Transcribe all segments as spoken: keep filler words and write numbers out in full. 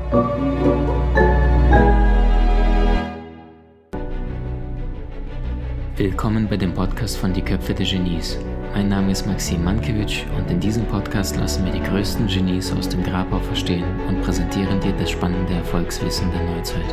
Willkommen bei dem Podcast von Die Köpfe der Genies. Mein Name ist Maxim Mankewitsch und in diesem Podcast lassen wir die größten Genies aus dem Grabau verstehen und präsentieren dir das spannende Erfolgswissen der Neuzeit.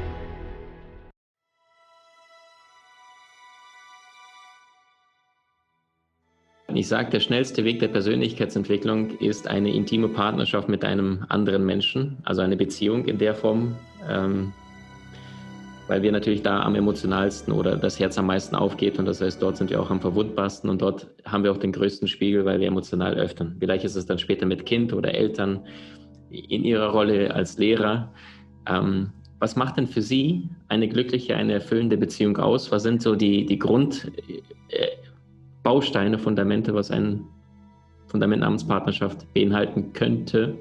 Ich sage, der schnellste Weg der Persönlichkeitsentwicklung ist eine intime Partnerschaft mit einem anderen Menschen, also eine Beziehung in der Form, ähm, weil wir natürlich da am emotionalsten oder das Herz am meisten aufgeht und das heißt, dort sind wir auch am verwundbarsten und dort haben wir auch den größten Spiegel, weil wir emotional öffnen. Vielleicht ist es dann später mit Kind oder Eltern in ihrer Rolle als Lehrer. Ähm, was macht denn für Sie eine glückliche, eine erfüllende Beziehung aus? Was sind so die, die Grundbausteine, äh, Fundamente, was ein Fundament namens Partnerschaft beinhalten könnte?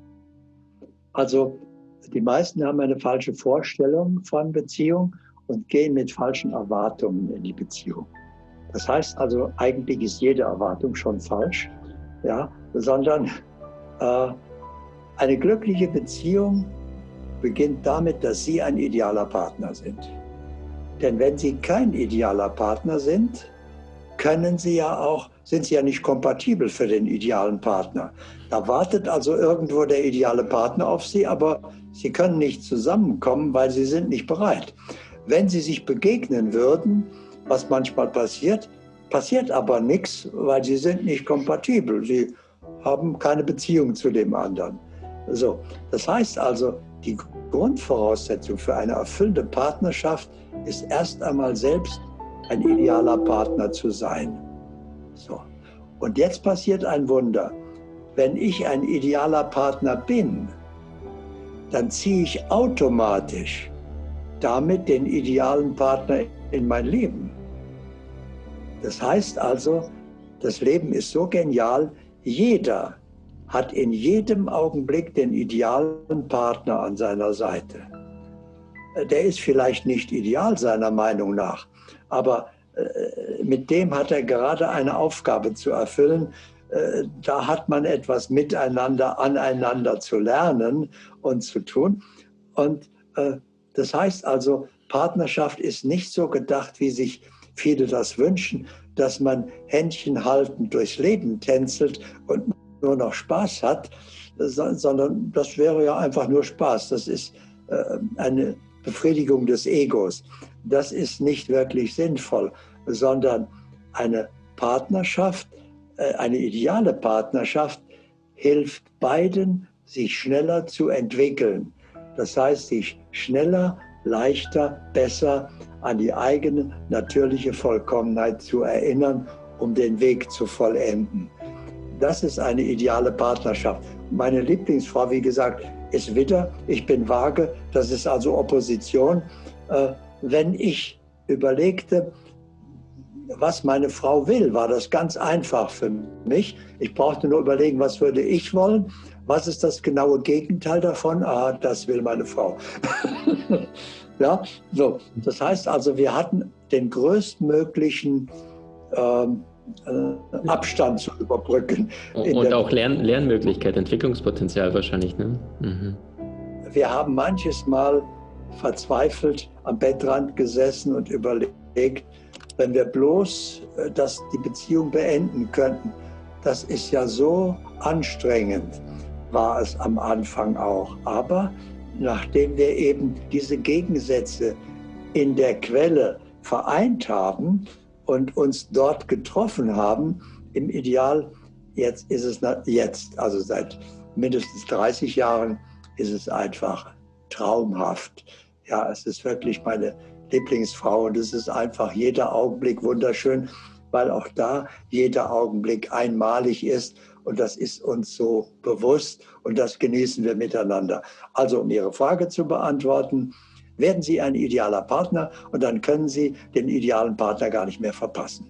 Also die meisten haben eine falsche Vorstellung von Beziehung und gehen mit falschen Erwartungen in die Beziehung. Das heißt also, eigentlich ist jede Erwartung schon falsch, ja, sondern äh, eine glückliche Beziehung beginnt damit, dass Sie ein idealer Partner sind. Denn wenn Sie kein idealer Partner sind, können Sie ja auch, sind Sie ja nicht kompatibel für den idealen Partner. Da wartet also irgendwo der ideale Partner auf Sie, aber Sie können nicht zusammenkommen, weil Sie sind nicht bereit. Wenn Sie sich begegnen würden, was manchmal passiert, passiert aber nichts, weil Sie sind nicht kompatibel. Sie haben keine Beziehung zu dem anderen. So, das heißt also, die Grundvoraussetzung für eine erfüllende Partnerschaft ist erst einmal selbst ein idealer Partner zu sein. So. Und jetzt passiert ein Wunder. Wenn ich ein idealer Partner bin, dann ziehe ich automatisch damit den idealen Partner in mein Leben. Das heißt also, das Leben ist so genial, jeder hat in jedem Augenblick den idealen Partner an seiner Seite. Der ist vielleicht nicht ideal seiner Meinung nach, aber äh, mit dem hat er gerade eine Aufgabe zu erfüllen. Äh, da hat man etwas miteinander, aneinander zu lernen und zu tun. Und äh, das heißt also, Partnerschaft ist nicht so gedacht, wie sich viele das wünschen, dass man Händchen haltend durchs Leben tänzelt und nur noch Spaß hat, sondern das wäre ja einfach nur Spaß. Das ist äh, eine Befriedigung des Egos. Das ist nicht wirklich sinnvoll, sondern eine Partnerschaft, äh, eine ideale Partnerschaft hilft beiden, sich schneller zu entwickeln. Das heißt, sich schneller, leichter, besser an die eigene natürliche Vollkommenheit zu erinnern, um den Weg zu vollenden. Das ist eine ideale Partnerschaft. Meine Lieblingsfrau, wie gesagt, ist Widder, ich bin Waage, das ist also Opposition. Äh, wenn ich überlegte, was meine Frau will, war das ganz einfach für mich. Ich brauchte nur überlegen, was würde ich wollen, was ist das genaue Gegenteil davon? Ah, das will meine Frau. Ja, so. Das heißt also, wir hatten den größtmöglichen ähm, äh, Abstand zu überbrücken. Und auch Lern- Lernmöglichkeit, Entwicklungspotenzial wahrscheinlich, ne? Mhm. Wir haben manches Mal verzweifelt am Bettrand gesessen und überlegt, wenn wir bloß äh, das, die Beziehung beenden könnten. Das ist ja so anstrengend, war es am Anfang auch. Aber nachdem wir eben diese Gegensätze in der Quelle vereint haben und uns dort getroffen haben, im Ideal, jetzt ist es jetzt, also seit mindestens dreißig Jahren, ist es einfach traumhaft. Ja, es ist wirklich meine Lieblingsfrau und es ist einfach jeder Augenblick wunderschön, weil auch da jeder Augenblick einmalig ist und das ist uns so bewusst und das genießen wir miteinander. Also um Ihre Frage zu beantworten, werden Sie ein idealer Partner und dann können Sie den idealen Partner gar nicht mehr verpassen.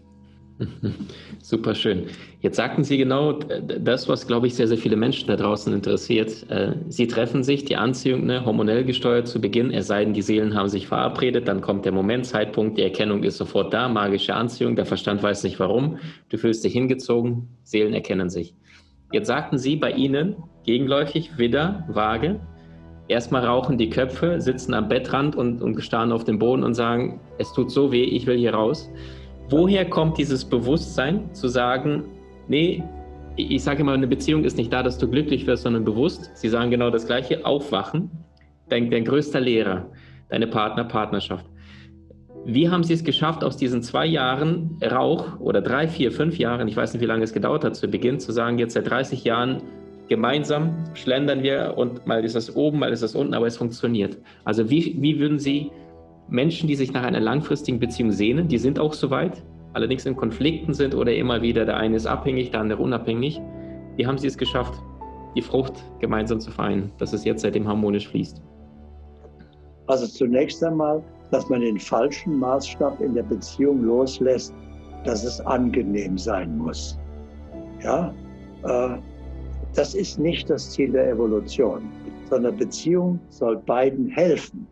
Super schön. Jetzt sagten Sie genau das, was, glaube ich, sehr, sehr viele Menschen da draußen interessiert. Sie treffen sich, die Anziehung, ne, hormonell gesteuert zu Beginn, es sei denn, die Seelen haben sich verabredet, dann kommt der Moment, Zeitpunkt, die Erkennung ist sofort da, magische Anziehung, der Verstand weiß nicht warum, du fühlst dich hingezogen, Seelen erkennen sich. Jetzt sagten Sie bei Ihnen, gegenläufig, Widder, Waage, erstmal rauchen die Köpfe, sitzen am Bettrand und, und starren auf den Boden und sagen, es tut so weh, ich will hier raus. Woher kommt dieses Bewusstsein zu sagen, nee, ich sage immer, eine Beziehung ist nicht da, dass du glücklich wirst, sondern bewusst. Sie sagen genau das Gleiche, aufwachen, dein, dein größter Lehrer, deine Partner, Partnerschaft. Wie haben Sie es geschafft, aus diesen zwei Jahren Rauch oder drei, vier, fünf Jahren, ich weiß nicht, wie lange es gedauert hat zu Beginn, zu sagen, jetzt seit dreißig Jahren gemeinsam schlendern wir und mal ist das oben, mal ist das unten, aber es funktioniert. Also wie, wie würden Sie Menschen, die sich nach einer langfristigen Beziehung sehnen, die sind auch soweit, allerdings in Konflikten sind oder immer wieder, der eine ist abhängig, der andere unabhängig, wie haben Sie es geschafft, die Frucht gemeinsam zu vereinen, dass es jetzt seitdem harmonisch fließt? Also zunächst einmal, dass man den falschen Maßstab in der Beziehung loslässt, dass es angenehm sein muss. Ja, äh, das ist nicht das Ziel der Evolution, sondern Beziehung soll beiden helfen.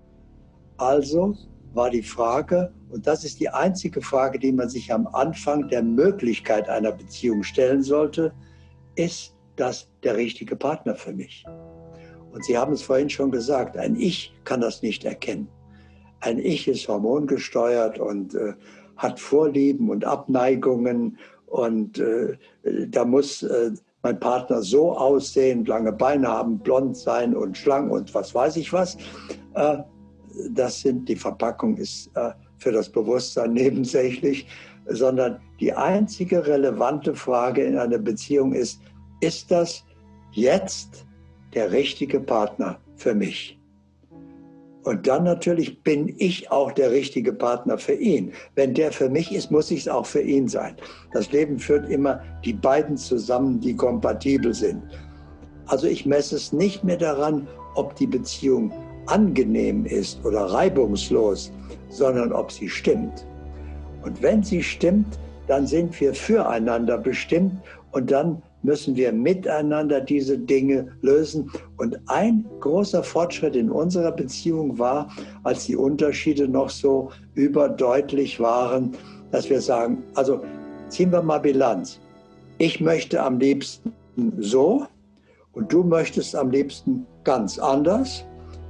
Also war die Frage, und das ist die einzige Frage, die man sich am Anfang der Möglichkeit einer Beziehung stellen sollte, ist das der richtige Partner für mich? Und Sie haben es vorhin schon gesagt, ein Ich kann das nicht erkennen. Ein Ich ist hormongesteuert und äh, hat Vorlieben und Abneigungen und äh, da muss äh, mein Partner so aussehen, lange Beine haben, blond sein und schlank und was weiß ich was. Äh, das sind, die Verpackung ist äh, für das Bewusstsein nebensächlich, sondern die einzige relevante Frage in einer Beziehung ist, ist das jetzt der richtige Partner für mich? Und dann natürlich bin ich auch der richtige Partner für ihn. Wenn der für mich ist, muss ich es auch für ihn sein. Das Leben führt immer die beiden zusammen, die kompatibel sind. Also ich messe es nicht mehr daran, ob die Beziehung angenehm ist oder reibungslos, sondern ob sie stimmt. Und wenn sie stimmt, dann sind wir füreinander bestimmt und dann müssen wir miteinander diese Dinge lösen. Und ein großer Fortschritt in unserer Beziehung war, als die Unterschiede noch so überdeutlich waren, dass wir sagen, also ziehen wir mal Bilanz. Ich möchte am liebsten so und du möchtest am liebsten ganz anders.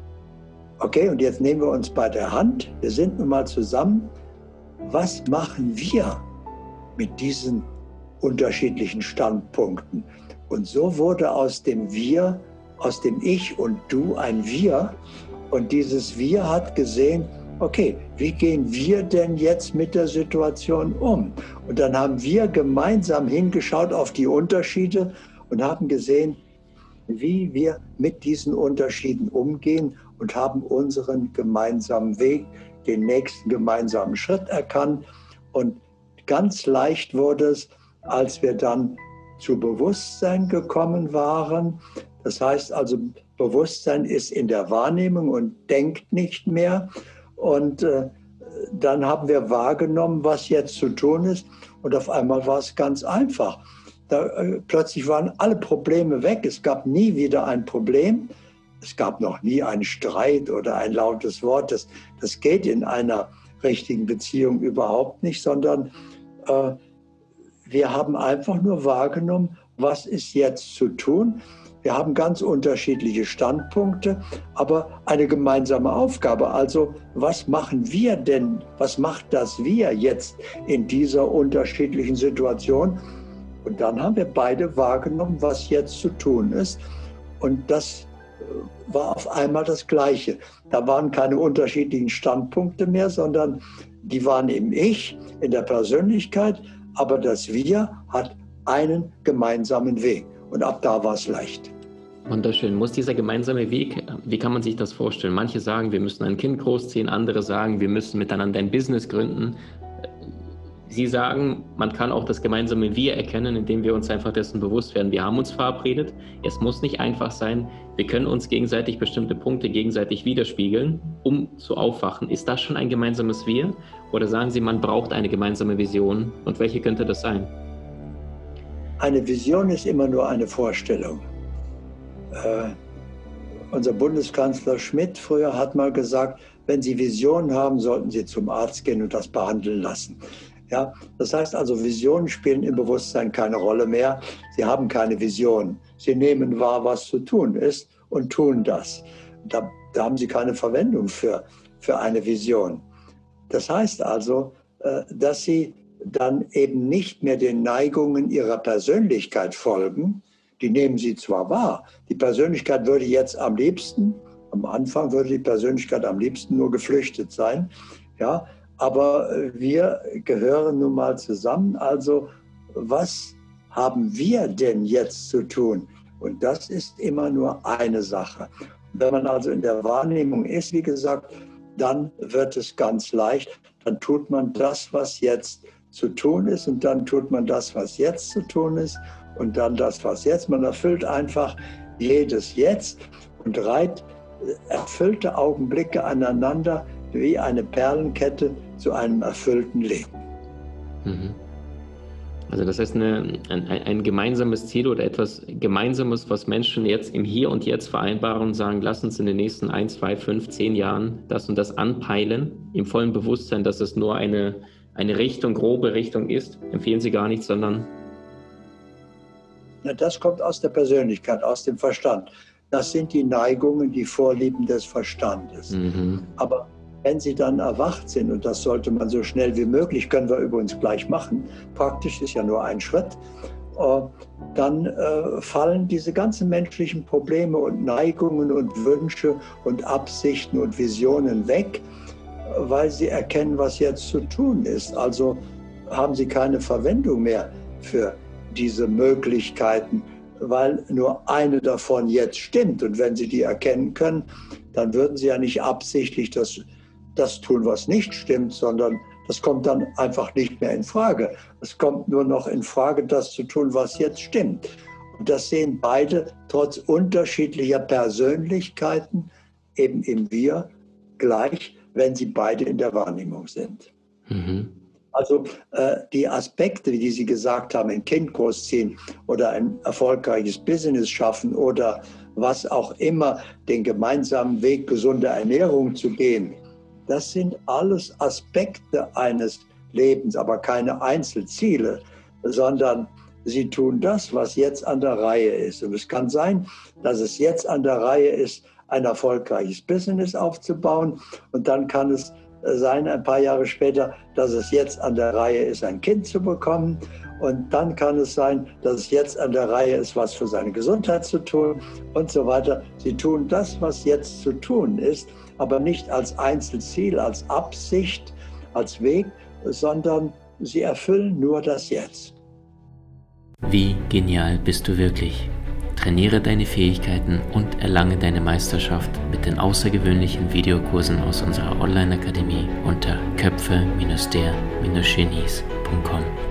Okay, und jetzt nehmen wir uns bei der Hand. Wir sind nun mal zusammen. Was machen wir mit diesen unterschiedlichen Standpunkten? Und so wurde aus dem Wir, aus dem Ich und Du ein Wir. Und dieses Wir hat gesehen, okay, wie gehen wir denn jetzt mit der Situation um? Und dann haben wir gemeinsam hingeschaut auf die Unterschiede und haben gesehen, wie wir mit diesen Unterschieden umgehen und haben unseren gemeinsamen Weg, den nächsten gemeinsamen Schritt erkannt. Und ganz leicht wurde es, als wir dann zu Bewusstsein gekommen waren. Das heißt also, Bewusstsein ist in der Wahrnehmung und denkt nicht mehr. Und äh, dann haben wir wahrgenommen, was jetzt zu tun ist. Und auf einmal war es ganz einfach. Da, äh, plötzlich waren alle Probleme weg. Es gab nie wieder ein Problem. Es gab noch nie einen Streit oder ein lautes Wort. Das, das geht in einer richtigen Beziehung überhaupt nicht, sondern äh, wir haben einfach nur wahrgenommen, was ist jetzt zu tun. Wir haben ganz unterschiedliche Standpunkte, aber eine gemeinsame Aufgabe. Also was machen wir denn, was macht das Wir jetzt in dieser unterschiedlichen Situation? Und dann haben wir beide wahrgenommen, was jetzt zu tun ist. Und das war auf einmal das Gleiche. Da waren keine unterschiedlichen Standpunkte mehr, sondern die waren im Ich, in der Persönlichkeit. Aber das Wir hat einen gemeinsamen Weg. Und ab da war es leicht. Wunderschön. Muss dieser gemeinsame Weg, wie kann man sich das vorstellen? Manche sagen, wir müssen ein Kind großziehen, andere sagen, wir müssen miteinander ein Business gründen. Sie sagen, man kann auch das gemeinsame Wir erkennen, indem wir uns einfach dessen bewusst werden. Wir haben uns verabredet, es muss nicht einfach sein. Wir können uns gegenseitig bestimmte Punkte gegenseitig widerspiegeln, um zu aufwachen. Ist das schon ein gemeinsames Wir? Oder sagen Sie, man braucht eine gemeinsame Vision? Und welche könnte das sein? Eine Vision ist immer nur eine Vorstellung. Äh, unser Bundeskanzler Schmidt früher hat mal gesagt, wenn Sie Visionen haben, sollten Sie zum Arzt gehen und das behandeln lassen. Ja, das heißt also, Visionen spielen im Bewusstsein keine Rolle mehr. Sie haben keine Vision. Sie nehmen wahr, was zu tun ist und tun das. Da, da haben sie keine Verwendung für, für eine Vision. Das heißt also, dass sie dann eben nicht mehr den Neigungen ihrer Persönlichkeit folgen. Die nehmen sie zwar wahr, die Persönlichkeit würde jetzt am liebsten, am Anfang würde die Persönlichkeit am liebsten nur geflüchtet sein, ja, aber wir gehören nun mal zusammen, also was haben wir denn jetzt zu tun? Und das ist immer nur eine Sache. Wenn man also in der Wahrnehmung ist, wie gesagt, dann wird es ganz leicht, dann tut man das, was jetzt zu tun ist und dann tut man das, was jetzt zu tun ist und dann das, was jetzt. Man erfüllt einfach jedes Jetzt und reiht erfüllte Augenblicke aneinander wie eine Perlenkette zu einem erfüllten Leben. Mhm. Also das heißt eine, ein, ein gemeinsames Ziel oder etwas Gemeinsames, was Menschen jetzt im Hier und Jetzt vereinbaren und sagen, lass uns in den nächsten ein, zwei, fünf, zehn Jahren das und das anpeilen, im vollen Bewusstsein, dass es nur eine, eine Richtung, grobe Richtung ist. Empfehlen Sie gar nichts, sondern... Das kommt aus der Persönlichkeit, aus dem Verstand. Das sind die Neigungen, die Vorlieben des Verstandes. Mhm. Aber wenn sie dann erwacht sind, und das sollte man so schnell wie möglich, können wir übrigens gleich machen, praktisch ist ja nur ein Schritt, dann fallen diese ganzen menschlichen Probleme und Neigungen und Wünsche und Absichten und Visionen weg, weil sie erkennen, was jetzt zu tun ist. Also haben sie keine Verwendung mehr für diese Möglichkeiten, weil nur eine davon jetzt stimmt. Und wenn sie die erkennen können, dann würden sie ja nicht absichtlich das, das tun, was nicht stimmt, sondern das kommt dann einfach nicht mehr in Frage. Es kommt nur noch in Frage, das zu tun, was jetzt stimmt. Und das sehen beide trotz unterschiedlicher Persönlichkeiten eben im Wir gleich, wenn sie beide in der Wahrnehmung sind. Mhm. Also äh, die Aspekte, die Sie gesagt haben, ein Kind großziehen oder ein erfolgreiches Business schaffen oder was auch immer, den gemeinsamen Weg gesunder Ernährung zu gehen, das sind alles Aspekte eines Lebens, aber keine Einzelziele, sondern sie tun das, was jetzt an der Reihe ist. Und es kann sein, dass es jetzt an der Reihe ist, ein erfolgreiches Business aufzubauen und dann kann es sein, ein paar Jahre später, dass es jetzt an der Reihe ist, ein Kind zu bekommen. Und dann kann es sein, dass es jetzt an der Reihe ist, was für seine Gesundheit zu tun und so weiter. Sie tun das, was jetzt zu tun ist, aber nicht als Einzelziel, als Absicht, als Weg, sondern sie erfüllen nur das Jetzt. Wie genial bist du wirklich? Trainiere deine Fähigkeiten und erlange deine Meisterschaft mit den außergewöhnlichen Videokursen aus unserer Online-Akademie unter köpfe der Genies punkt com.